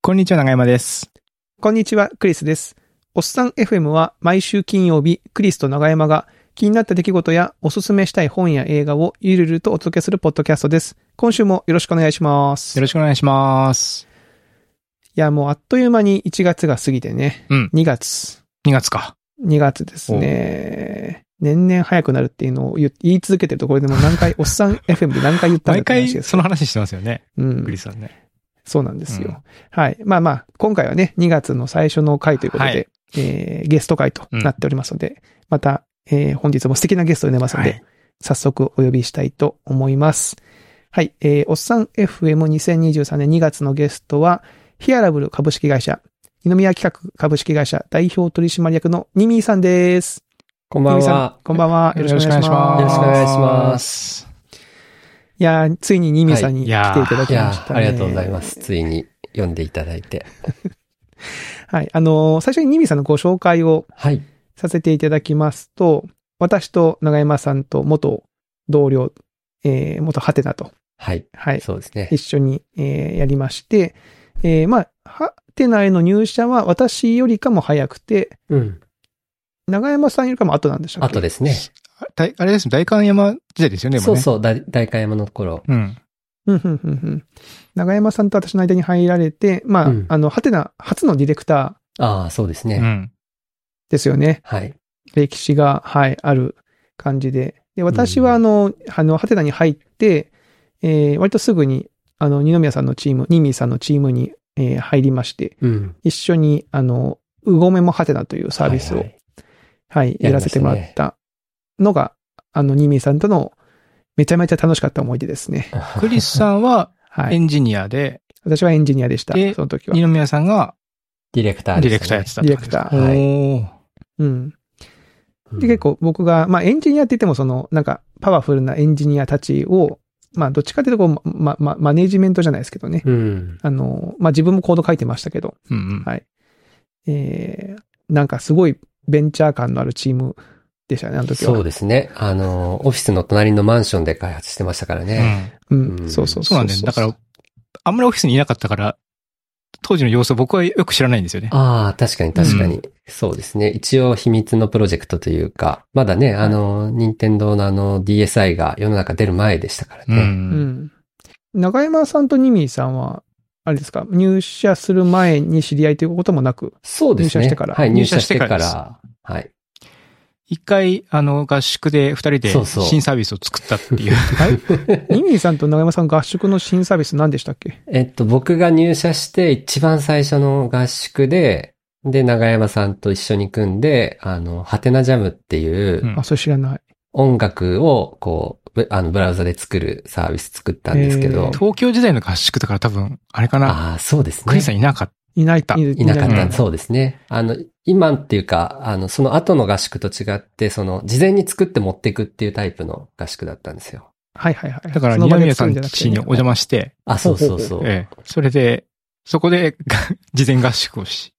こんにちは、長山です。 こんにちは、クリスです。おっさん FM は毎週金曜日、クリスと長山が気になった出来事やおすすめしたい本や映画をゆるゆるとお届けするポッドキャストです。今週もよろしくお願いします。 よろしくお願いします。 いや、もうあっという間に1月が過ぎてね。 うん。 2月。 2月か。 2月ですね。年々早くなるっていうのを言い続けてるところでも何回、おっさん FM で何回言ったんだって話です。 毎回その話してますよね。 うん。 クリスさんね。 そうなんですよ。はい。まあ、今回はね、2月の最初の回ということで、はい、ゲスト回となっておりますので、また、本日も素敵なゲストを出ますので、はい、早速お呼びしたいと思います。はい。おっさん FM2023 年2月のゲストは、ヒアラブル株式会社、二宮企画株式会社代表取締役のニミーさんです。 こんばんは。 こんばんは。よろしくお願いします。 よろしくお願いします。 いやー、ついにニミーさんに来ていただきましたね。 ありがとうございます。ついに読んでいただいて。 はい。最初にニミーさんのご紹介をさせていただきますと、私と長山さんと元同僚、元ハテナと。 はい。はい。そうですね。 一緒に、やりまして、ハテナへの入社は私よりかも早くて、うん。長山さんよりかも後なんでしたっけ？ 後ですね。 あれです、代官山時代ですよね、 そうそう、代官山の頃。 うん。 長山さんと私の間に入られて、ハテナ初のディレクター。ああ、そうですね。うん。 ですよね。 はい。 歴史が、はい、ある感じで。で、私はハテナに入って、割とすぐに、二宮さんのチーム、ニミーさんのチームに、入りまして、うん、一緒に、うごめもハテナというサービスを、はい、やらせてもらったのが、ニミーさんとのめちゃめちゃ楽しかった思い出ですね。 クリスさんはエンジニアで、 私はエンジニアでした。その時は。 二宮さんがディレクターですね。ディレクターやってた。 ディレクター。はい。うん。で、結構僕が、エンジニアって言ってもパワフルなエンジニアたちを、どっちかというとマネージメントじゃないですけどね。うん。自分もコード書いてましたけど。 うんうん。 はい。すごいベンチャー感のあるチームでしたね、あの時は。 そうですね。オフィスの隣のマンションで開発してましたからね。 うん。そうなんだよ。だから、あんまりオフィスにいなかったから、当時の様子を僕はよく知らないんですよね。 ああ、確かに。そうですね。一応秘密のプロジェクトというか、まだね、任天堂のDSi が世の中出る前でしたからね。うん。 長山さんとニミーさんは、あれですか、入社する前に知り合いということもなく、 そうですね。 入社してから。 はい、入社してから、はい。 一回、合宿で二人で新サービスを作ったっていう。 はい。ニミーさんと長山さん合宿の新サービス何でしたっけ？ 僕が入社して一番最初の合宿で、長山さんと一緒に組んで、ハテナジャムっていう、 それ知らない。 音楽を、ブラウザで作るサービス作ったんですけど。 東京時代の合宿だから多分、あれかな。 ああ、そうですね。 クリスさんいなかった。 いなかった。そうですね。今っていうか、その後の合宿と違って、事前に作って持っていくっていうタイプの合宿だったんですよ。 はいはいはい。 だから、二宮さん家にお邪魔して、 あ、そうそう。 それで、そこで、事前合宿をして、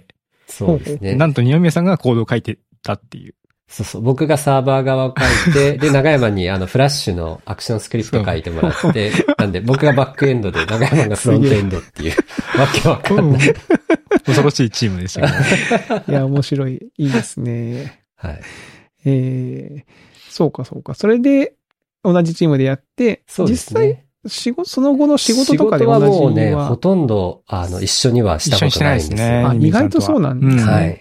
そうですね。 なんと二宮さんがコードを書いてたっていう。 そうそう。僕がサーバー側を書いて、で、長山にフラッシュのアクションスクリプト書いてもらって、なんで僕がバックエンドで長山がフロントエンドっていう、わけわかんない。 恐ろしいチームですよね。 いや、面白い。いいですね。 はい。 そうか。それで、同じチームでやって、 そうですね。 実際、その後の仕事とかで同じはもうね、ほとんど、一緒にはしたことないんですよ。 意外とそうなんですね。はい。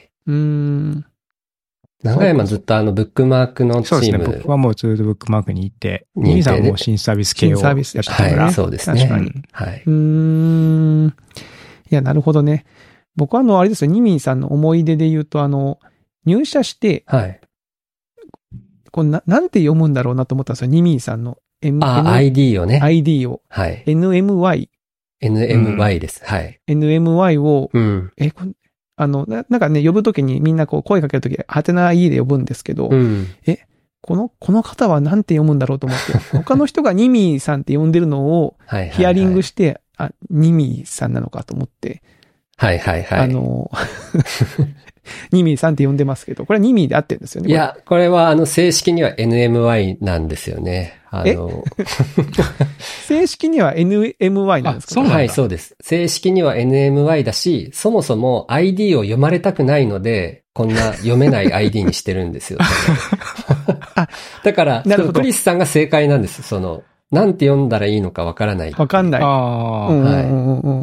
長山ずっとブックマークのチーム。そうですね。 僕はもうずっとブックマークにいて、ニミさんはもう新サービス系をやってたから。 はい、そうですね。 確かに。 はい。 いや、なるほどね。僕はあれですよ、ニミさんの思い出で言うと、入社して、 はい。 なんて読むんだろうなと思ったんですよ、ニミさんの。 ID をね。 ID を。 はい。 NMY。 NMY です。はい。 NMY を、なんかね、呼ぶときにみんな声かけるとき、ハテナ I で呼ぶんですけど、この方はなんて読むんだろうと思って、他の人がニミーさんって呼んでるのをヒアリングして、ニミーさんなのかと思って、 はいはいはい。 ニミーさんって呼んでますけど、これはニミーで合ってるんですよね。 いや、これは正式には NMY なんですよね。 正式には NMY なんですか？ そうなんだ。 はい、そうです。正式には NMY だし、そもそも ID を読まれたくないので、こんな読めない ID にしてるんですよ。だから、クリスさんが正解なんです。なんて読んだらいいのかわからない。 わかんない。はい。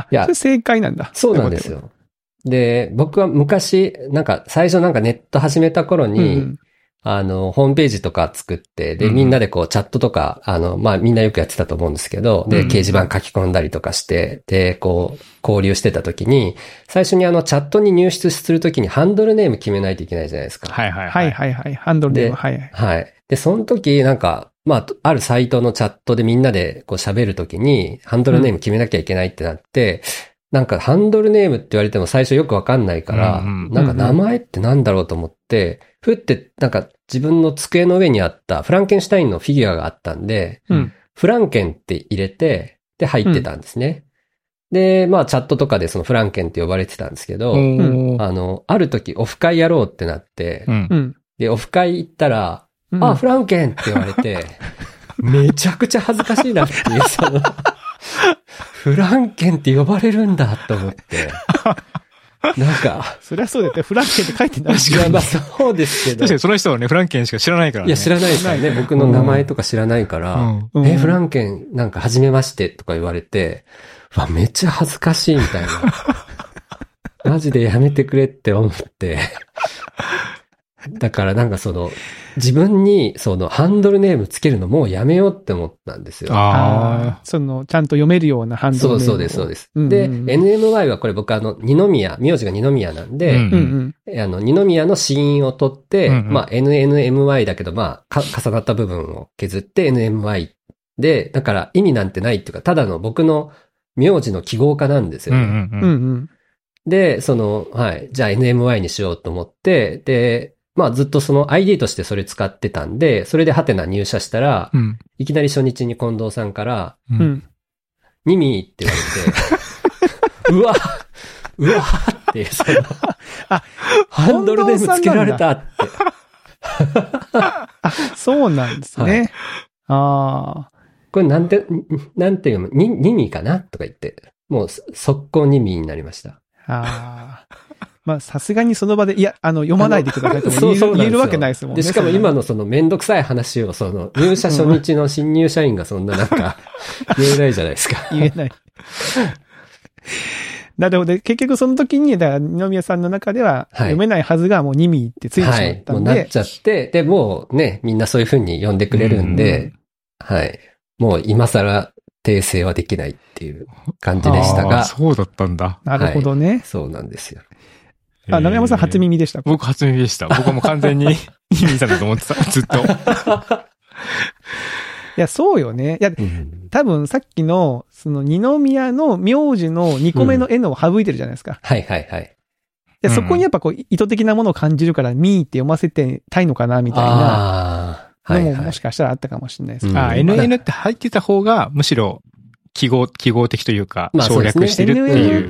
いや、それ正解なんだ。 そうなんですよ。で、僕は昔、最初ネット始めた頃に、ホームページとか作って、で、みんなでチャットとか、みんなよくやってたと思うんですけど、で、掲示板書き込んだりとかして、で、交流してた時に、最初にチャットに入出するときにハンドルネーム決めないといけないじゃないですか。 はい。ハンドルネーム、はい。 はい。で、その時、あるサイトのチャットでみんなで喋るときに、ハンドルネーム決めなきゃいけないってなって、ハンドルネームって言われても最初よくわかんないから、名前ってなんだろうと思って、ふって自分の机の上にあったフランケンシュタインのフィギュアがあったんで、フランケンって入れて、で入ってたんですね。で、チャットとかでそのフランケンって呼ばれてたんですけど、ある時オフ会やろうってなって、で、オフ会行ったら、フランケンって言われて、めちゃくちゃ恥ずかしいなっていう、フランケンって呼ばれるんだと思って。 そりゃそうだよ。フランケンって書いてない。 いや、そうですけど。 確かにその人はね、フランケンしか知らないからね。 いや、知らないですからね。僕の名前とか知らないから、フランケン初めましてとか言われて、めっちゃ恥ずかしいみたいな。マジでやめてくれって思って。だから自分にハンドルネームつけるのもうやめようって思ったんですよ。 ちゃんと読めるようなハンドルネーム。 そうです、そうです。で、NMY はこれ僕二宮、名字が二宮なんで、二宮の子音を取って、NNMY だけど重なった部分を削って NMY で、だから意味なんてないっていうか、ただの僕の名字の記号化なんですよね。で、じゃあ NMY にしようと思って、で、ずっとその ID としてそれ使ってたんで、それでハテナ入社したら、いきなり初日に近藤さんから、ニミーって言われて、うわって、ハンドルネームつけられたって。 そうなんですね。 これなんていうの、ニミーかなとか言って、もう速攻ニミーになりました。 さすがにその場で、いや、読まないでくださいと言えるわけないですもんね。 で、しかも今のめんどくさい話を、入社初日の新入社員がそんな言えないじゃないですか。 言えない。なるほど。結局その時に、二宮さんの中では、読めないはずがもうニミーってついてしまったんで。 もうなっちゃって、で、もうね、みんなそういう風に呼んでくれるんで、もう今更訂正はできないっていう感じでしたが。 そうだったんだ。 なるほどね。 そうなんですよ。 長山さん初耳でしたか？ 僕初耳でした。僕はもう完全にニミーさんだと思ってた。ずっと。いや、そうよね。いや、多分さっきの、二宮の名字の2個目の N を省いてるじゃないですか。でそこにやっぱ意図的なものを感じるから、ミーって読ませてたいのかな、みたいなのももしかしたらあったかもしれないです。 NN って入ってた方が、むしろ、記号的というか、省略してるっていう。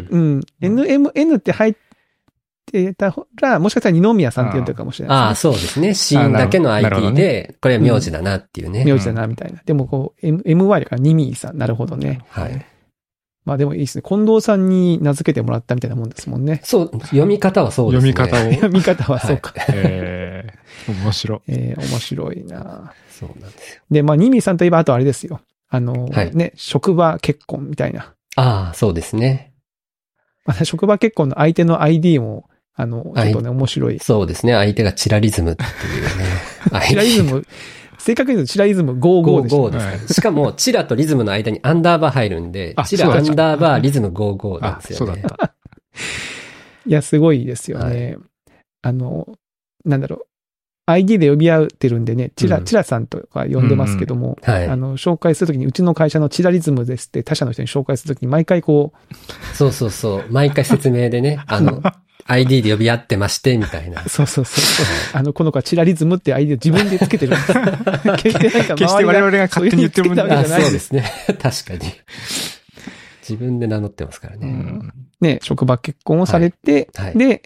NMN って入ってたら、もしかしたら二宮さんって言ってるかもしれないですね。 そうですね。子音だけの ID で、これは名字だなっていうね。 名字だな、みたいな。でもMY だからニミーさん。なるほどね。でもいいですね。近藤さんに名付けてもらったみたいなもんですもんね。 そう、読み方はそうですね。 読み方はそうか。 面白い。 面白いな。 そうなんですよ。 で、ニミーさんといえばあとあれですよ。職場結婚みたいな。 そうですね。 職場結婚の相手の ID も、ちょっとね、面白い。 そうですね。相手がチラリズムっていうね。 チラリズム、正確に言うとチラリズム55でした。 55です。しかも、チラとリズムの間にアンダーバー入るんで、チラアンダーバーリズム55なんですよね。 そうだった。 いや、すごいですよね。なんだろう。ID で呼び合ってるんでね、チラさんとか呼んでますけども、紹介するときに、うちの会社のチラリズムですって他社の人に紹介するときに毎回そう。毎回説明でね、ID で呼び合ってまして、みたいな。 そう。この子はチラリズムって ID を自分でつけてるんです。決して我々が勝手に言ってるもんじゃない。 そうですね。確かに。自分で名乗ってますからね。 ね、職場結婚をされて、で、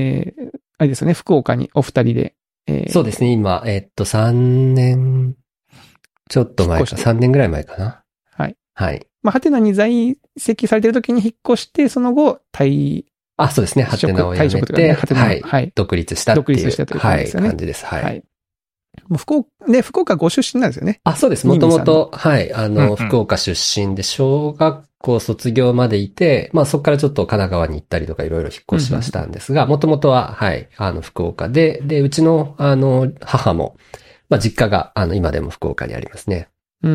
あれですよね、福岡にお二人で。 そうですね、今、3年ちょっと前か、3年ぐらい前かな。 はい。 はい。 まあ、ハテナに在籍されてる時に引っ越して、その後、 そうですね。ハテナを辞めて、はい。独立したっていう。 独立したという感じですよね。 はい、感じです。はい。 もう福岡ご出身なんですよね。 そうです。もともと、はい。福岡出身で、小学校卒業までいて、まあそこからちょっと神奈川に行ったりとかいろいろ引っ越しはしたんですが、もともとは、はい。福岡で、うちの、母も、まあ実家が、今でも福岡にありますね。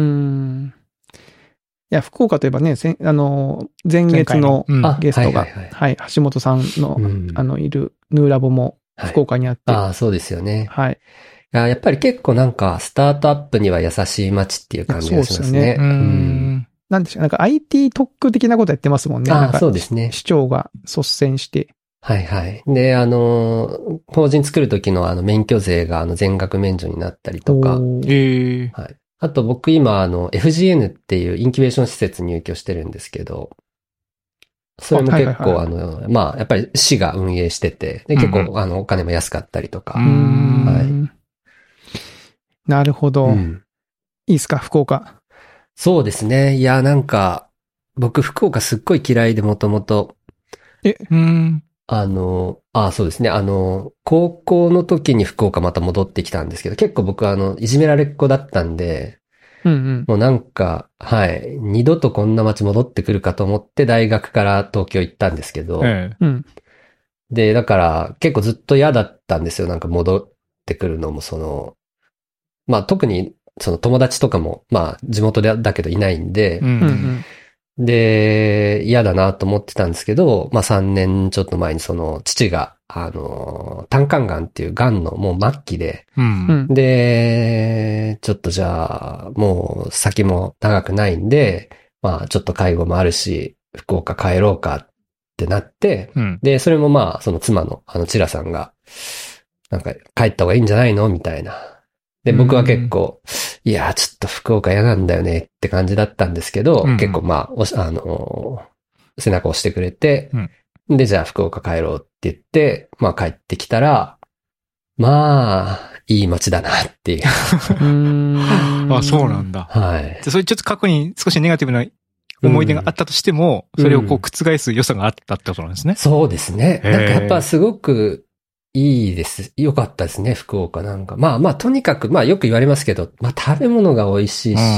いや、福岡といえばね、前月のゲストが、はい、橋本さんの、いるヌーラボも福岡にあって。 そうですよね。 はい。 やっぱり結構なんか、スタートアップには優しい街っていう感じがしますね。 なんでしょう、なんか IT 特区的なことやってますもんね。 そうですね。 市長が率先して。 はいはい。で、法人作る時の免許税が全額免除になったりとか。はい。あと僕今FGN っていうインキュベーション施設入居してるんですけど、それも結構まあやっぱり市が運営してて、で結構お金も安かったりとか。はい。 なるほど。いいですか、福岡。 そうですね。いや、なんか、僕福岡すっごい嫌いでもともと。そうですね。高校の時に福岡また戻ってきたんですけど、結構僕いじめられっ子だったんで、もうなんか、はい、二度とこんな街戻ってくるかと思って大学から東京行ったんですけど、で、だから結構ずっと嫌だったんですよ。なんか戻ってくるのもまあ特にその友達とかも、まあ地元だけどいないんで、で、嫌だなと思ってたんですけど、まあ3年ちょっと前に父が、胆管癌っていう癌のもう末期で、で、ちょっとじゃあ、もう先も長くないんで、まあちょっと介護もあるし、福岡帰ろうかってなって、で、それもまあその妻のチラさんが、なんか帰った方がいいんじゃないのみたいな。で、僕は結構、いや、ちょっと福岡嫌なんだよねって感じだったんですけど、結構まあ、背中を押してくれて、で、じゃあ福岡帰ろうって言って、まあ帰ってきたら、まあ、いい街だなっていう。 そうなんだ。 はい。 それちょっと過去に少しネガティブな思い出があったとしても、それをこう覆す良さがあったってことなんですね。 そうですね。なんかやっぱすごく、いいです。良かったですね、福岡なんか。まあ、とにかく、まあよく言われますけど、まあ食べ物が美味しいし、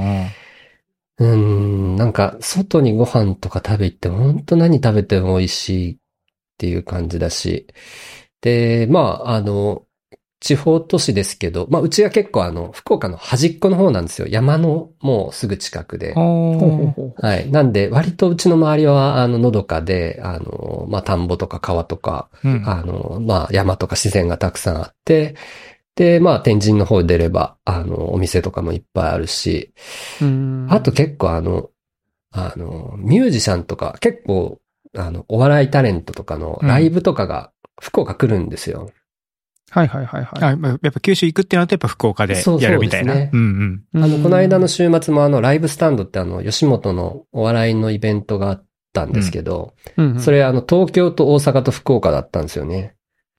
なんか外にご飯とか食べ行って本当何食べても美味しいっていう感じだし。で、まあ、地方都市ですけど、まあうちは結構福岡の端っこの方なんですよ。山のもうすぐ近くで。はい。なんで、割とうちの周りは、のどかで、まあ田んぼとか川とか、まあ山とか自然がたくさんあって、で、まあ天神の方出れば、お店とかもいっぱいあるし、あと結構ミュージシャンとか、結構、お笑いタレントとかのライブとかが福岡来るんですよ。 はい。 やっぱ九州行くってなるとやっぱ福岡でやるみたいな。 この間の週末もライブスタンドって吉本のお笑いのイベントがあったんですけど、それ東京と大阪と福岡だったんですよね。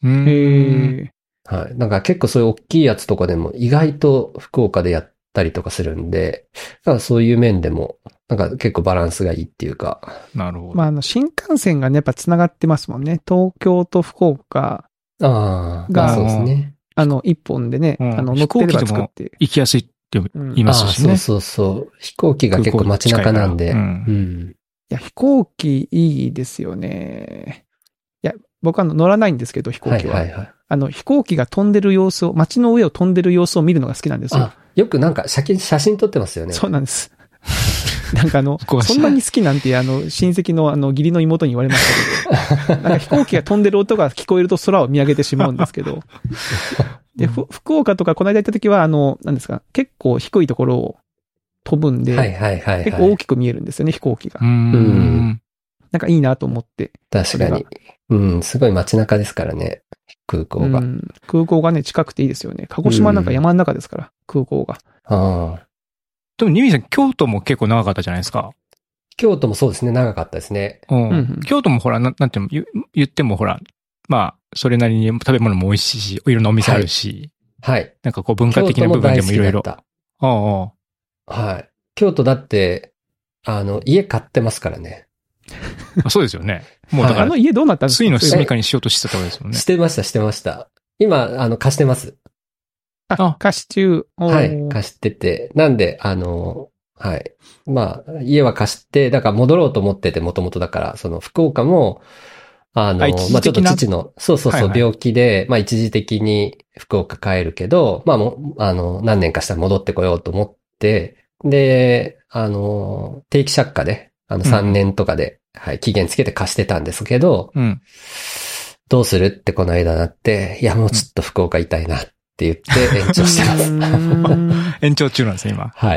はい。なんか結構そういう大きいやつとかでも意外と福岡でやったりとかするんで、だからそういう面でも、なんか結構バランスがいいっていうか。 なるほど。 まあ新幹線がね、やっぱ繋がってますもんね。東京と福岡。 そうですね。 一本でね、乗ってれば着くっていう。 行きやすいって言いますしね。 そう。飛行機が結構街中なんで。 いや、飛行機いいですよね。いや、僕は乗らないんですけど、飛行機は。飛行機が飛んでる様子を、街の上を飛んでる様子を見るのが好きなんですよ。 よくなんか写真撮ってますよね。 そうなんです。なんかそんなに好きなんて親戚の義理の妹に言われましたけど、なんか飛行機が飛んでる音が聞こえると空を見上げてしまうんですけど、で、福岡とかこの間行った時は何ですか、結構低いところを飛ぶんで、結構大きく見えるんですよね、飛行機が。なんかいいなと思って。 確かに。すごい街中ですからね、空港が。 空港がね、近くていいですよね。鹿児島なんか山の中ですから、空港が。 でも、ニミさん、京都も結構長かったじゃないですか。 京都もそうですね、長かったですね。 京都もほら、なんていうの、言ってもほら、まあ、それなりに食べ物も美味しいし、いろんなお店あるし。 はい。 なんかこう文化的な部分でもいろいろ。 ああ。 はい。京都だって、家買ってますからね。 そうですよね。もうだから、 家どうなったんですか？ ついの住みかにしようとしてたわけですもんね。 してました。今、貸してます。 貸し中。 はい、貸してて。なんで、はい。まあ、家は貸して、だから戻ろうと思ってて、もともとだから、その福岡も、まあちょっと父の、そう、はいはい、病気で、まあ一時的に福岡帰るけど、まあもう、何年かしたら戻ってこようと思って、で、定期借家で、3年とかで、はい、期限つけて貸してたんですけど、どうするってこの間なって、いや、もうちょっと福岡いたいなって言って延長してます。 延長中なんですね、今。 はい。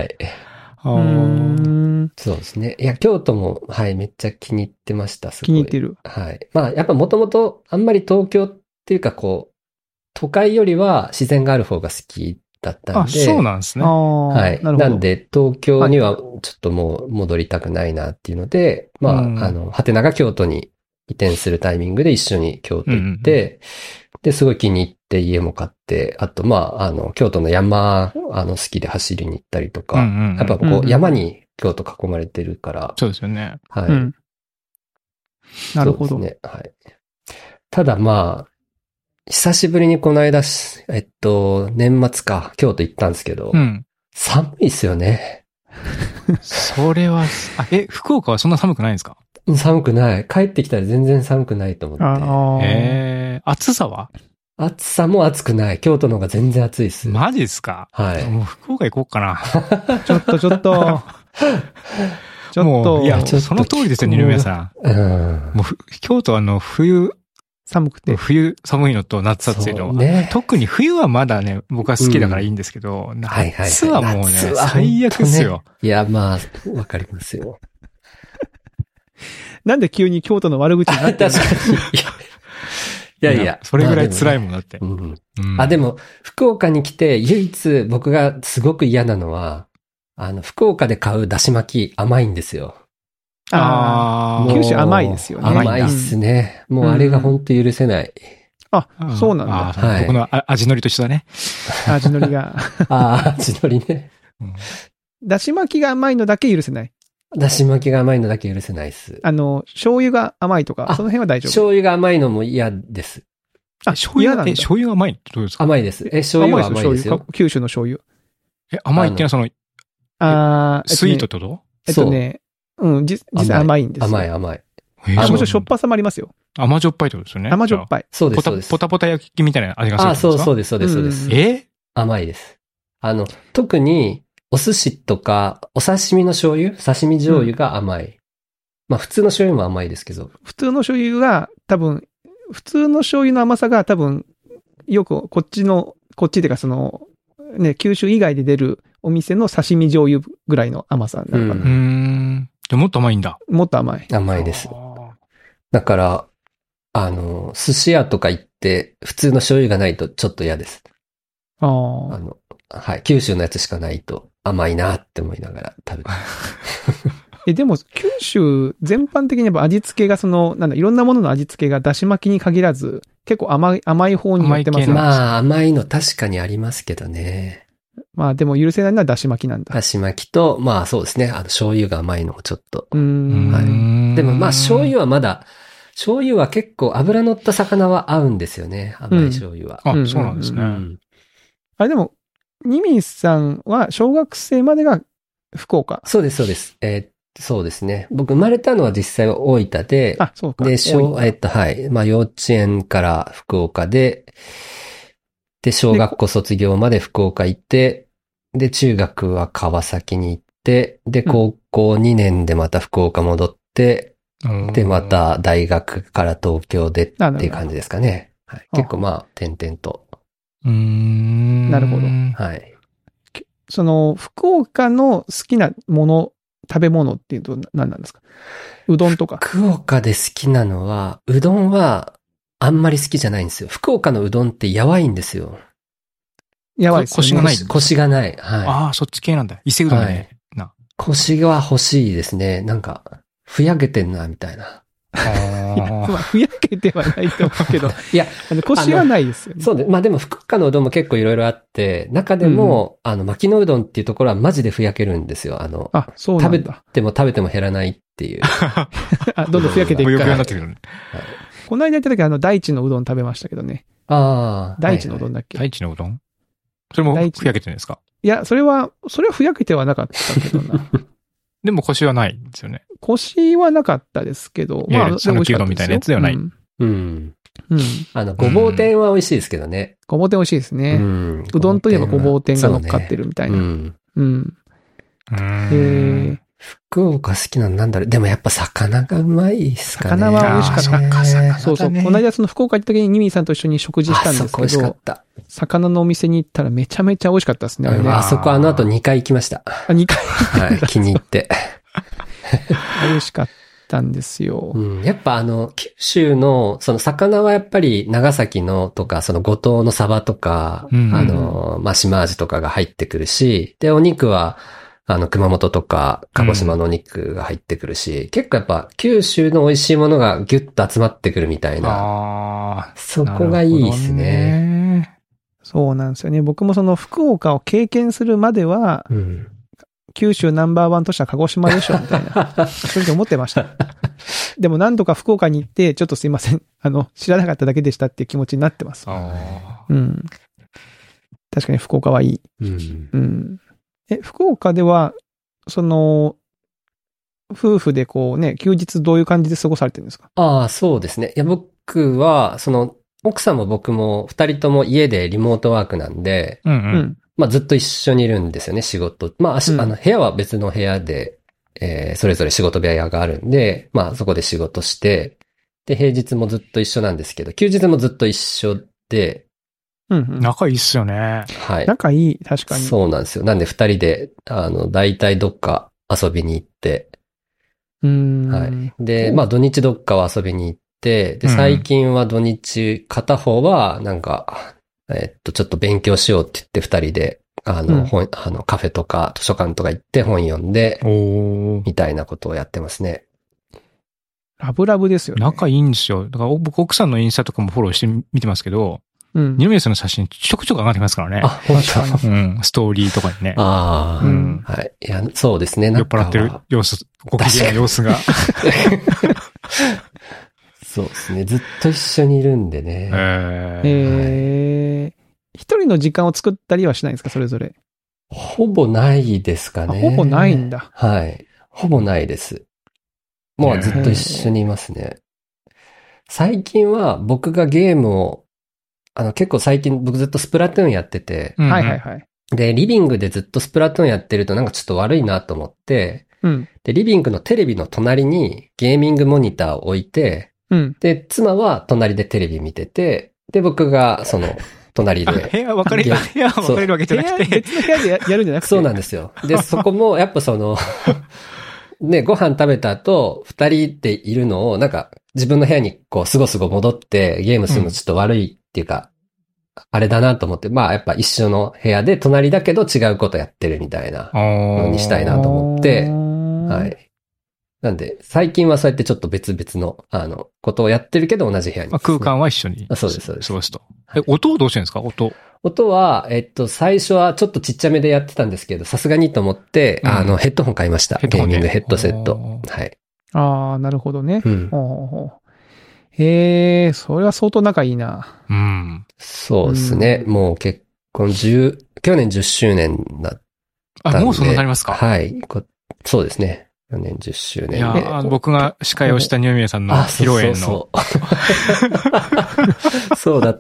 そうですね。いや、京都も、はい、めっちゃ気に入ってました。すごい。 気に入ってる。 はい。まあ、やっぱもともと、あんまり東京っていうかこう、都会よりは自然がある方が好きだったんで。 そうなんですね。 はい。なんで、東京にはちょっともう戻りたくないなっていうので、まあ、ハテナが京都に移転するタイミングで一緒に京都行って、で、すごい気に入って家も買って、あと、まあ、京都の山、好きで走りに行ったりとか、やっぱこう、山に京都囲まれてるから。 そうですよね。 はい。 なるほど。 そうですね。はい。ただまあ、久しぶりにこの間、年末か、京都行ったんですけど、寒いっすよね。 それは、福岡はそんな寒くないんですか？ 寒くない。帰ってきたら全然寒くないと思って。 暑さは？ 暑さも暑くない。京都の方が全然暑いっす。 マジですか？ はい。 もう福岡行こうかな。 ちょっと。 もう、いや、その通りですよ、二宮さん。もう、京都は冬、 寒くて。 冬寒いのと夏暑いのは。ね、特に冬はまだね、僕は好きだからいいんですけど、夏はもうね、最悪ですよ。 いや、まあ、わかりますよ。 なんで急に京都の悪口になってるの？ 確かに。いや。 それぐらい辛いもんだって。 でも、福岡に来て唯一僕がすごく嫌なのは、福岡で買うだし巻き甘いんですよ。 九州甘いですよね。 甘いっすね。もうあれが本当許せない。 そうなんだ。 僕の味のりと一緒だね。 味のりが。 味のりね。 だし巻きが甘いのだけ許せない。 だし巻きが甘いのだけ許せないです。 醤油が甘いとか、その辺は大丈夫。 醤油が甘いのも嫌です。 醤油が甘いってどうですか？ 甘いです。醤油は甘いですよ。 九州の醤油。 甘いっていうのはスイートってこと？ 実際甘いんですよ。 甘い。 もちろんしょっぱさもありますよ。 甘じょっぱいってことですよね。 甘じょっぱい。 そうです。 ポタポタ焼きみたいな味がするんですか？ そうです。甘いです。特に、お寿司とか、お刺身の醤油が甘い。まあ普通の醤油も甘いですけど。 普通の醤油が普通の醤油の甘さが多分、よくこっちでか九州以外で出るお店の刺身醤油ぐらいの甘さなのかな。 じゃもっと甘いんだ。 もっと甘い。 甘いです。だから、寿司屋とか行って、普通の醤油がないとちょっと嫌です。はい。九州のやつしかないと甘いなって思いながら食べて。 でも、九州全般的にやっぱ味付けがいろんなものの味付けがだし巻きに限らず、結構甘い方になってますね。 まあ、甘いの確かにありますけどね。 まあ、でも許せないのはだし巻きなんだ。 だし巻きと、まあそうですね。醤油が甘いのもちょっと。はい。でもまあ醤油は結構油乗った魚は合うんですよね。甘い醤油は。 そうなんですね。 でも、ニミさんは小学生までが福岡。 そうです。そうですね。僕生まれたのは実際は大分で、 そうか。 で、はい。まあ幼稚園から福岡で、小学校卒業まで福岡行って、で、中学は川崎に行って、で、高校2年でまた福岡戻って、で、また大学から東京でっていう感じですかね。はい、結構まあ、点々と。 なるほど。 はい。 福岡の好きな食べ物っていうと何なんですか？うどんとか。 福岡で好きなのは、うどんはあんまり好きじゃないんですよ。福岡のうどんってやわいんですよ。 やわいですね。 コシがない。 コシがない。 はい。そっち系なんだ。伊勢うどんね。 コシが欲しいですね。なんか、ふやけてんな、みたいな。 まあ、ふやけてはないと思うけど。 いや、 腰はないですよね。 そうで、まあでも福岡のうどんも結構いろいろあって、中でも、牧野うどんっていうところはマジでふやけるんですよ。 そうなんだ。 食べても減らないっていう。 どんどんふやけていくから。 になってくる。 この間やった時大地のうどん食べましたけどね。大地のうどんだっけ？ 大地のうどん？それもふやけてるんですか？ いや、それはふやけてはなかったけどな。 でも腰はないんですよね。 腰はなかったですけど、 まあ、讃岐うどんみたいなやつではない。 ごぼう天は美味しいですけどね。 ごぼう天美味しいですね。うどんといえばごぼう天が乗っかってるみたいな。 福岡好きなのなんだろう。でもやっぱ魚がうまいですかね。 魚は美味しかったね。そうそう。この間その福岡行った時にニミーさんと一緒に食事したんですけど、魚のお店に行ったらめちゃめちゃ美味しかったですね。 あそこ後2回行きました。 2回はい、気に入って。 美味しかったんですよ。 やっぱ九州の、その魚はやっぱり長崎のとか、その五島のサバとか、まあ、島味とかが入ってくるし、で、お肉は、熊本とか、鹿児島のお肉が入ってくるし、結構やっぱ九州の美味しいものがギュッと集まってくるみたいな。そこがいいですね。 そうなんですよね。僕もその福岡を経験するまでは、九州ナンバーワンとしては鹿児島でしょみたいな、正直思ってました。でも何度か福岡に行って、ちょっとすいません、知らなかっただけでしたっていう気持ちになってます。確かに福岡はいい。福岡では、夫婦でこうね、休日どういう感じで過ごされてるんですか？ そうですね。いや、僕は、奥さんも僕も二人とも家でリモートワークなんで、まあずっと一緒にいるんですよね、仕事。まあ、部屋は別の部屋で、それぞれ仕事部屋があるんで、まあそこで仕事して、で、平日もずっと一緒なんですけど、休日もずっと一緒で、 仲いいっすよね。 はい。 仲いい、確かに。 そうなんですよ。なんで二人で、大体どっか遊びに行って、はい。で、まあ土日どっかは遊びに行って、で、最近は土日、片方は、なんか、ちょっと勉強しようって言って二人で、カフェとか図書館とか行って本読んで、みたいなことをやってますね。 ラブラブですよね。 仲いいんですよ。だから僕奥さんのインスタとかもフォローして見てますけど、二宮さんの写真ちょくちょく上がってますからね。 本当。 ストーリーとかにね。 はい。いや、そうですね。 酔っ払ってる様子、ご機嫌な様子が。 そうですね。ずっと一緒にいるんでね。 一人の時間を作ったりはしないんですか、それぞれ。 ほぼないですかね。 ほぼないんだ。 はい。ほぼないです。もうずっと一緒にいますね。最近は僕がゲームを、結構最近僕ずっとスプラトゥーンやってて。で、リビングでずっとスプラトゥーンやってるとなんかちょっと悪いなと思って、で、リビングのテレビの隣にゲーミングモニターを置いて、で、妻は隣でテレビ見てて、で、僕が隣で。 部屋分かれるわけじゃなくて。 別の部屋でやるんじゃなくて。 そうなんですよ。で、そこもやっぱね、ご飯食べた後、二人でいるのを、なんか、自分の部屋にこう、すごすご戻ってゲームするのちょっと悪いっていうか、あれだなと思って、まあやっぱ一緒の部屋で隣だけど違うことやってるみたいなのにしたいなと思って、はい。なんで、最近はそうやってちょっと別々の、ことをやってるけど同じ部屋に、 空間は一緒に。 そうです、そうです。 過ごすと。音をどうしてるんですか？ 音は、最初はちょっとちっちゃめでやってたんですけど、さすがにと思って、ヘッドホン買いました。ゲーミングヘッドセット。はい。 なるほどね。それは相当仲いいな。 そうですね。もう結婚去年10周年だったんで。 もうそんなになりますか？ はい。そうですね。去年10周年。 いや、僕が司会をした二宮さんの披露宴の。 そうだった。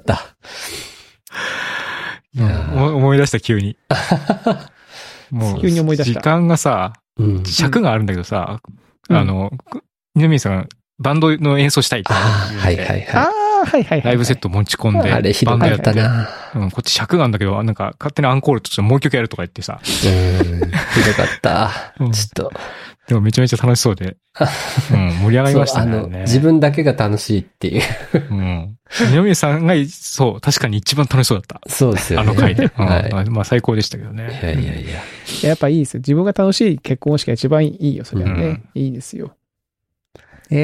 思い出した急に。もう、 急に思い出した。 時間がさ、尺があるんだけどさ、二宮さんがバンドの演奏したいって言って。ライブセット持ち込んで、 あれひどかったな。 こっち尺があるんだけど、なんか勝手にアンコールとしてもう一曲やるとか言ってさ。 ひどかった。ちょっと。 でもめちゃめちゃ楽しそうで。盛り上がりましたね。 自分だけが楽しいっていう。 二宮さんが、そう、確かに一番楽しそうだった。 そうですよね。 回で。まあ最高でしたけどね。 いや。 やっぱいいですよ。自分が楽しい結婚式が一番いいよ、それはね。いいですよ。 はい、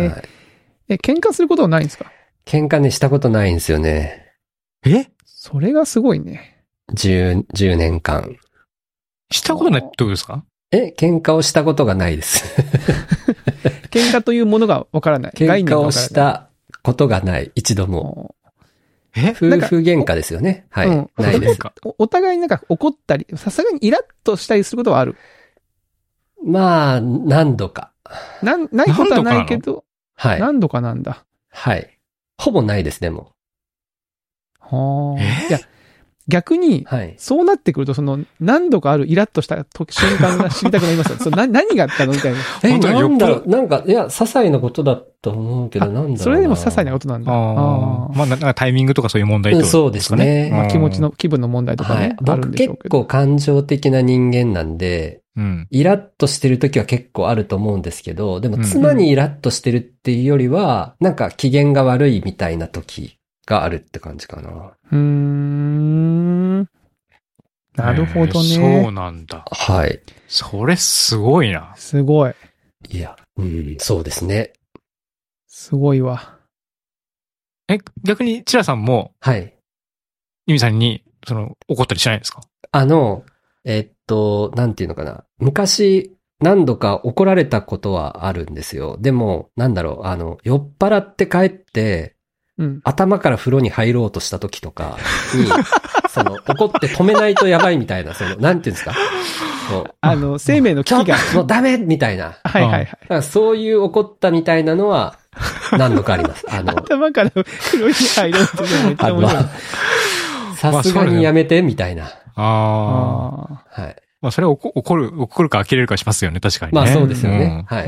喧嘩することはないんですか？ 喧嘩ね、したことないんですよね。 それがすごいね。 10年間。 したことないってことですか？ 喧嘩をしたことがないです。 喧嘩というものがわからない。 喧嘩をしたことがない。一度も。夫婦喧嘩ですよね。はい。ないです。 お互いになんか怒ったり、さすがにイラッとしたりすることはある？ まあ、何度か。 ないことはないけど、 はい。 何度かなんだ。 はい。ほぼないです、でも。 はあ。いや、逆に、そうなってくると、何度かあるイラッとした瞬間が知りたくなりますよ。何があったのみたいな。 なんだろう、なんか、いや、些細なことだと思うけど、なんだろうな。 それでも些細なことなんだ。 まあ、なんかタイミングとかそういう問題とか、 そうですね。 まあ、気分の問題とかね。 僕結構感情的な人間なんで、イラッとしてる時は結構あると思うんですけど、でも妻にイラッとしてるっていうよりは、なんか機嫌が悪いみたいな時があるって感じかな。 なるほどね。 そうなんだ。 はい。 それすごいな。 すごい。 いや、そうですね。 すごいわ。 逆に、チラさんも、 はい。 ユミさんに、怒ったりしないんですか？ なんていうのかな。昔、何度か怒られたことはあるんですよ。でも、なんだろう、酔っ払って帰って、頭から風呂に入ろうとした時とかに、怒って止めないとやばいみたいな、なんていうんですか。 生命の危機が。 もうダメみたいな。 はいはいはい。 だからそういう怒ったみたいなのは、何度かあります。 頭から風呂に入ろうとしてめっちゃ面白い。 さすがにやめて、みたいな。 はい。まあ、それは怒るか呆れるかしますよね、確かにね。 まあそうですよね。はい。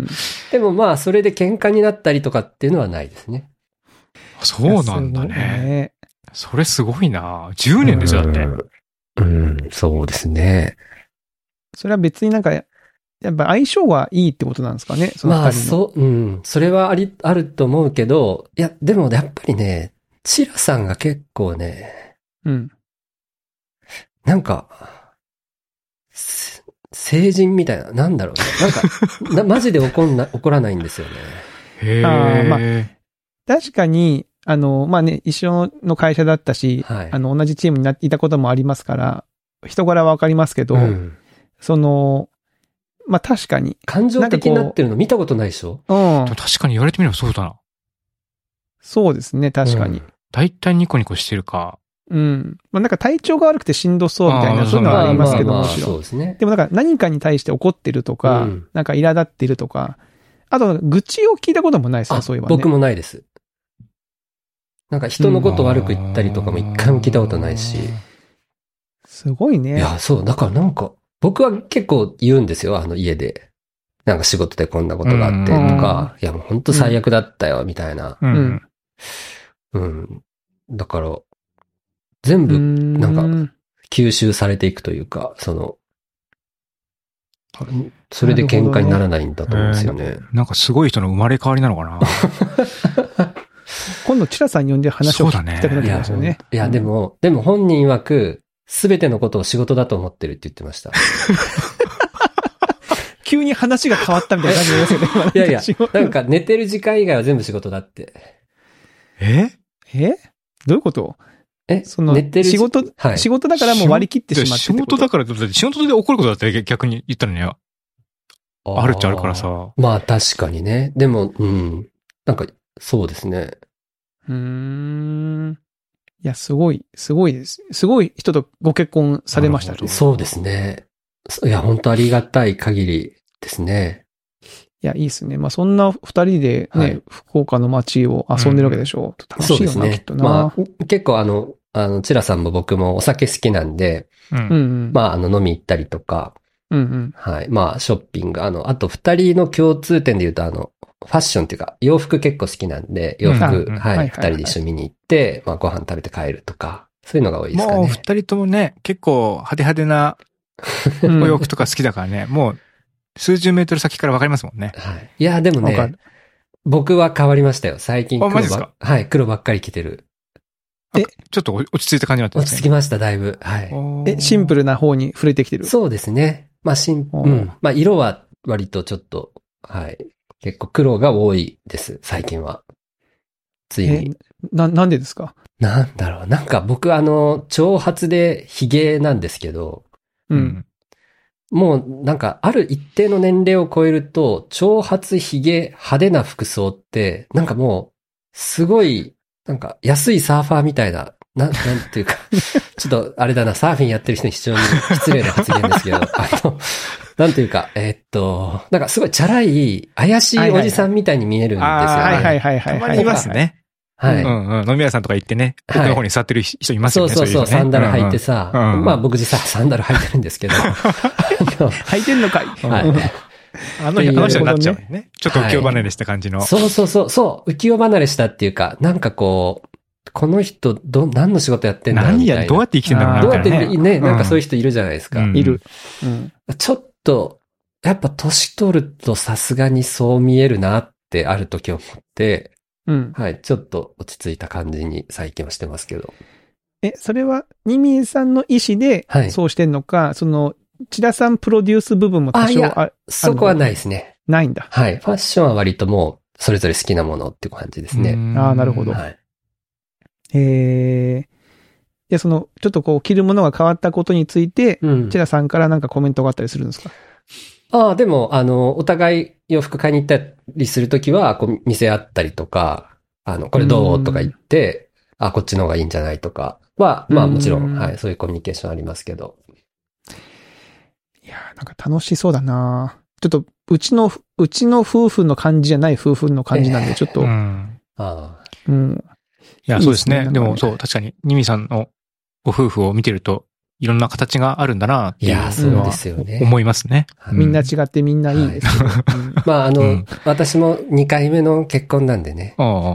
でもまあ、それで喧嘩になったりとかっていうのはないですね。 そうなんだね。それすごいな。10年ですよ、だって。 そうですね。 それは別になんか、やっぱ相性はいいってことなんですかね、 まあ、それはあると思うけど、いや、でもやっぱりね、チラさんが結構ね、なんか、成人みたいな、なんだろうね。なんか、マジで怒らないんですよね。 へー。 まあ、確かに、まあね、一緒の会社だったし、同じチームにいたこともありますから、人柄はわかりますけど、まあ確かに。 感情的になってるの見たことないでしょ？ 確かに言われてみればそうだな。 そうですね、確かに。 だいたいニコニコしてるか。 まあなんか体調が悪くてしんどそうみたいな、そういうのはありますけどもちろん。 そうですね。 でもなんか何かに対して怒ってるとか、なんか苛立ってるとか、あと愚痴を聞いたこともないですね、そういえばね。 僕もないです。なんか人のこと悪く言ったりとかも一回も聞いたことないし。 すごいね。 いや、そう、だからなんか、僕は結構言うんですよ、家で。なんか仕事でこんなことがあってとか、いやもう本当最悪だったよ、みたいな。だから、全部、なんか、吸収されていくというか、それで喧嘩にならないんだと思うんですよね。 なんかすごい人の生まれ変わりなのかな。 今度、チラさん呼んで話を聞きたくなってきましたね。 いや、でも本人曰く、すべてのことを仕事だと思ってるって言ってました。 急に話が変わったみたいな感じですよね。 いやいや、なんか寝てる時間以外は全部仕事だって。 どういうこと？ 寝てる仕事だからもう割り切ってしまって仕事だから、仕事で起こることだって逆に言ったらね、あるっちゃあるからさ。 まあ確かにね。でも、なんか、そうですね。 いや、すごいです。すごい人とご結婚されましたね。 そうですね。いや、本当ありがたい限りですね。 いや、いいですね。まあ、そんな二人でね、福岡の街を遊んでるわけでしょ。楽しいよな、きっとな。 まあ、結構チラさんも僕もお酒好きなんで、まあ、飲み行ったりとか、はい。まあ、ショッピング、あと二人の共通点で言うと、ファッションっていうか、洋服結構好きなんで、洋服、はい、二人で一緒に見に行って、まあ、ご飯食べて帰るとか、そういうのが多いですかね。 もう二人ともね、結構派手派手なお洋服とか好きだからね、もう数十メートル先からわかりますもんね。 はい。いや、でもね、僕は変わりましたよ。最近マジですか？ はい、黒ばっかり着てる。 ちょっと落ち着いた感じになってますね。 落ち着きました、だいぶ。はい。 シンプルな方に触れてきてる。 そうですね。まあ、まあ、色は割とちょっと、はい。 結構苦労が多いです、最近は。ついに。 なんでですか？ なんだろう。なんか僕長髪で髭なんですけど、 うん。 もうなんかある一定の年齢を超えると、長髪髭派手な服装って、なんかもう、すごい、なんか安いサーファーみたいな、なんていうか、ちょっとあれだな、サーフィンやってる人に非常に失礼な発言ですけど、なんていうか、なんかすごいチャラい、怪しいおじさんみたいに見えるんですよね。 はい。 たまにいますね。 はい。 飲み屋さんとか行ってね、奥の方に座ってる人いますよね。 そう、サンダル履いてさ、まあ僕実際サンダル履いてるんですけど。 履いてんのかい。 はい。 あの人になっちゃうね。ちょっと浮世離れした感じの。 そう、浮世離れしたっていうか、なんかこの人、何の仕事やってんだろうみたいな。 どうやって生きてんだろうな。 どうやってね、なんかそういう人いるじゃないですか。 いる。 ちょっと、やっぱ年取るとさすがにそう見えるなってある時思って、はい、ちょっと落ち着いた感じに最近はしてますけど。 それは、ニミンさんの意思で、そうしてんのか、千田さんプロデュース部分も多少あそこはないですね。 ないんだ。 はい。ファッションは割ともう、それぞれ好きなものっていう感じですね。 なるほど。はい。ちょっと着るものが変わったことについて、千田さんからなんかコメントがあったりするんですか？ でも、お互い洋服買いに行ったりするときは、見せ合ったりとか、これどうとか言って、こっちの方がいいんじゃないとかは、まあもちろん、はい、そういうコミュニケーションありますけど。 いやー、なんか楽しそうだな。ちょっと、うちの夫婦の感じじゃない夫婦の感じなんで、ちょっと。 いや、そうですね。でも、そう、確かに、ニミさんのご夫婦を見てると、いろんな形があるんだなっていうのは思いますね。 みんな違ってみんないいですけど。 まあ、私も2回目の結婚なんでね。はい。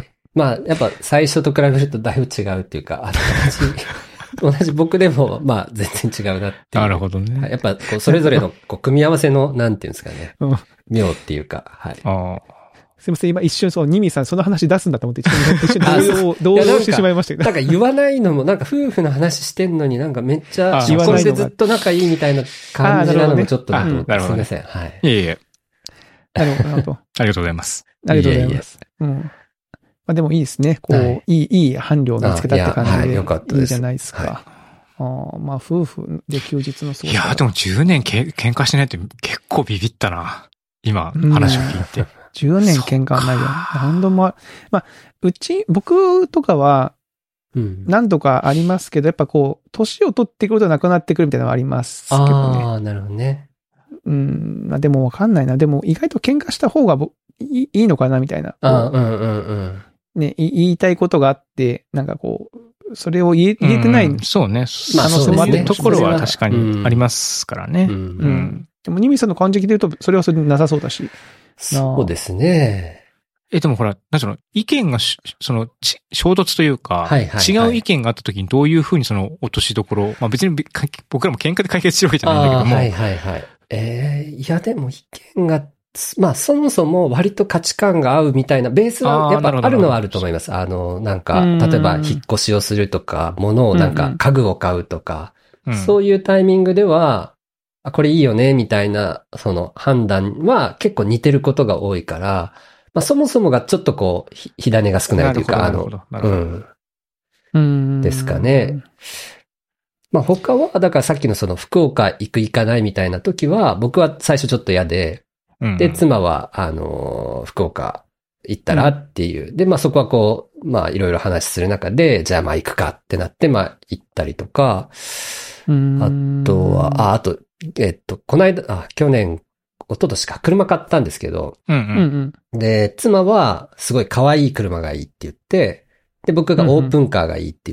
まあ、やっぱ最初と比べるとだいぶ違うっていうか、同じ僕でも、まあ、全然違うなっていう。 なるほどね。 やっぱ、それぞれの組み合わせの、なんていうんですかね。妙っていうか、はい。 すいません、今一瞬ニミさんその話出すんだと思って、一瞬動揺してしまいましたけど。 なんか言わないのも、なんか夫婦の話してんのになんかめっちゃ、これでずっと仲いいみたいな感じなのもちょっとなと思って、すみません。はい。 いえいえ。 なるほど。 ありがとうございます。 ありがとうございます。まあでもいいですね。いい伴侶を見つけたって感じで。いいじゃないですか。まあ夫婦で休日の過ごし方。 いや、でも10年喧嘩してないって結構ビビったな。今、話を聞いて。 10年喧嘩はないよ。何度も、まあ、僕とかは、何度かありますけど、やっぱ年を取ってくるとなくなってくるみたいなのはありますけどね。 なるほどね。 まあでもわかんないな。でも意外と喧嘩した方がいいのかなみたいな。ね、言いたいことがあって、なんかそれを言えてない。 そうね。まあそういうところは確かにありますからね。でもニミさんの感じ聞いてると、それはそれでなさそうだし。 そうですね。 でもほら、意見が衝突というか、違う意見があった時にどういうふうに落としどころ、まあ別に僕らも喧嘩で解決してるわけじゃないんだけども。 いやでも意見が、まあそもそも割と価値観が合うみたいなベースはやっぱあるのはあると思います。なんか、例えば引っ越しをするとか、物をなんか家具を買うとか、そういうタイミングでは、これいいよね、みたいな、判断は結構似てることが多いから、まあそもそもがちょっと火種が少ないというか、ですかね。まあ他は、だからさっきの福岡行く行かないみたいな時は、僕は最初ちょっと嫌で、で、妻は、福岡行ったらっていう。で、まあそこはまあいろいろ話する中で、じゃあまあ行くかってなって、まあ行ったりとか、あとは、この間、去年、一昨年か、車買ったんですけど、で、妻は、すごい可愛い車がいいって言って、で、僕がオープンカーがいいって言って、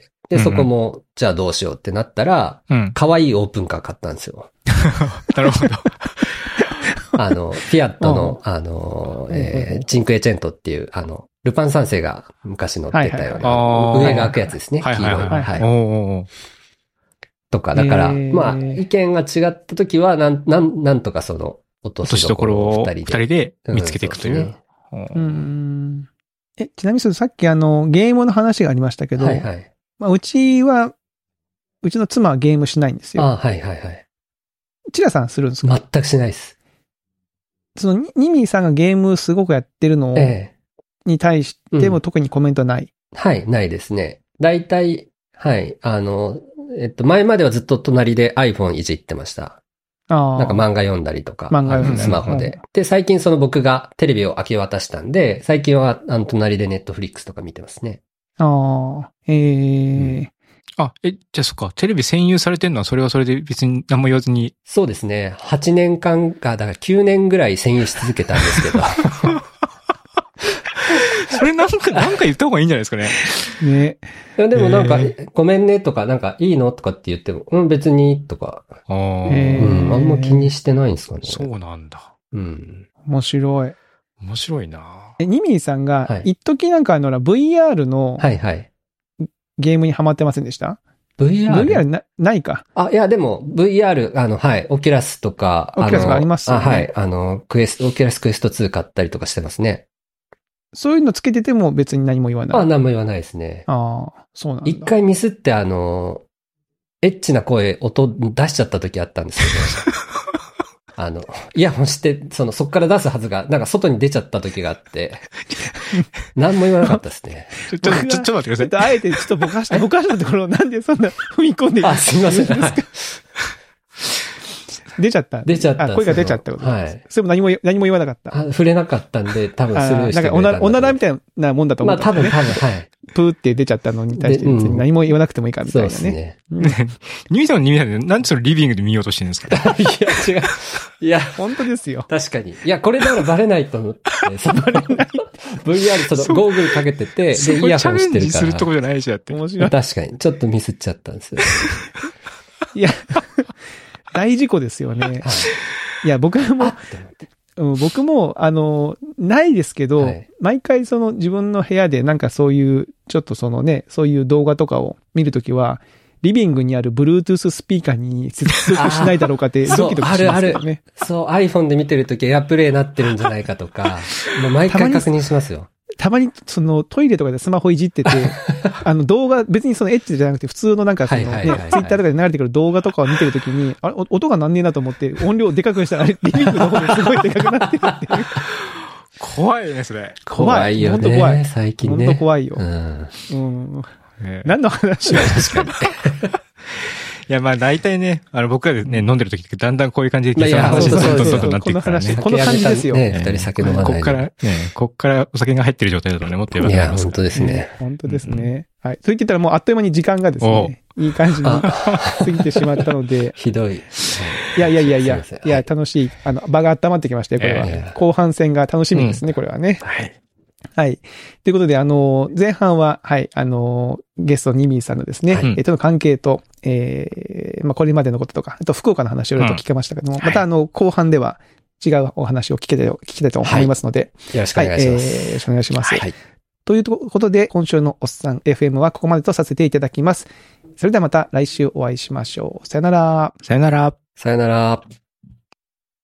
で、そこも、じゃあどうしようってなったら、可愛いオープンカー買ったんですよ。 なるほど。 フィアットの、チンクエチェントっていう、ルパン三世が昔乗ってたような、上が開くやつですね、黄色い。はい。とか、だから、まあ、意見が違ったときは、なんとか落としどころを二人で見つけていくという。 ちなみにさっきゲームの話がありましたけど、まあ、うちの妻はゲームしないんですよ。 はい。 チラさんするんですか？ 全くしないです。 そのニミーさんがゲームすごくやってるのに対しても特にコメントない、 はい、ないですね。大体、はい、前まではずっと隣で iPhone いじってました。なんか漫画読んだりとか、スマホで。で、最近その僕がテレビを明け渡したんで、最近は隣で Netflix とか見てますね。 じゃあそっか、テレビ占有されてるのはそれはそれで別に何も言わずに。 そうですね。8年間か、だから9年ぐらい占有し続けたんですけど。 それなんか言った方がいいんじゃないですかね。 ね。 いやでもなんか、ごめんねとか、なんかいいのとかって言っても、別にとか。あんま気にしてないんですかね。 そうなんだ。 面白い。 面白いな。 ニミーさんが、一時なんかVR の、ゲームにハマってませんでした ?VR ないか。 いや、でも VR、オキュラスとか。 オキュラスがありますよね。 はい。オキュラスクエスト2買ったりとかしてますね。 そういうのつけてても別に何も言わない。 何も言わないですね。 そうなんだ。 一回ミスってエッチな音出しちゃった時あったんですけど、イヤホンして、そっから出すはずが、なんか外に出ちゃった時があって、何も言わなかったですね。 ちょっと待ってください。 あえてちょっとぼかしたところなんでそんな踏み込んでるんですか？ すいません。 出ちゃった。 出ちゃった。 声が出ちゃったこと。はい。それも何も言わなかった。 触れなかったんで、多分スルーしてくれたんだ。 なんかおならみたいなもんだと思った、ね。 多分、はい。 プーって出ちゃったのに対して何も言わなくてもいいかみたいなね。そうですね。ニミさんでなんでそのリビングで見ようとしてるんですか？ いや、違う。いや、 本当ですよ。 確かに。いや、これならバレないと思って、バレない。VR ゴーグルかけてて、で、イヤホンしてるから。チャレンジするとこじゃないしだって。 面白い。 確かに。ちょっとミスっちゃったんですよ。 いや、大事故ですよね。いや、僕も、ないですけど、毎回自分の部屋でなんかそういう、ちょっとそういう動画とかを見るときは、リビングにある Bluetooth スピーカーに接続しないだろうかってドキドキしますよね。 そう、iPhone で見てるときエアプレイなってるんじゃないかとか、もう毎回確認しますよ。 たまにトイレとかでスマホいじってて、動画、別にエッチじゃなくて普通のなんかツイッターとかで流れてくる動画とかを見てるときに、音がなんねえなと思って音量でかくしたら、リビングの方ですごいでかくなってるっていう。 怖いね、それ。 怖いよね。本当怖い。最近ね。 本当怖いよ。何の話は確かに。 いや、まあ大体ね、僕らでね、飲んでる時ってだんだんこういう感じで、話がどんどんなっていくからね。 この感じですよ。 二人酒飲まない。 こっからお酒が入ってる状態だとね、もっと言わない。 いや、本当ですね。 本当ですね。はい。そう言ってたらもうあっという間に時間がですね、いい感じに過ぎてしまったので。 ひどい。 いや、楽しい。場が温まってきましたよ、これは。後半戦が楽しみですね、これはね。 はい。 はい。ということで、前半は、はい、ゲストニミーさんのですね、との関係と、これまでのこととか、あと福岡の話をいろいろと聞けましたけども、また後半では違うお話を聞きたいと思いますので、 よろしくお願いします。 よろしくお願いします。はい。ということで、今週のおっさん FM はここまでとさせていただきます。それではまた来週お会いしましょう。さよなら。 さよなら。 さよなら。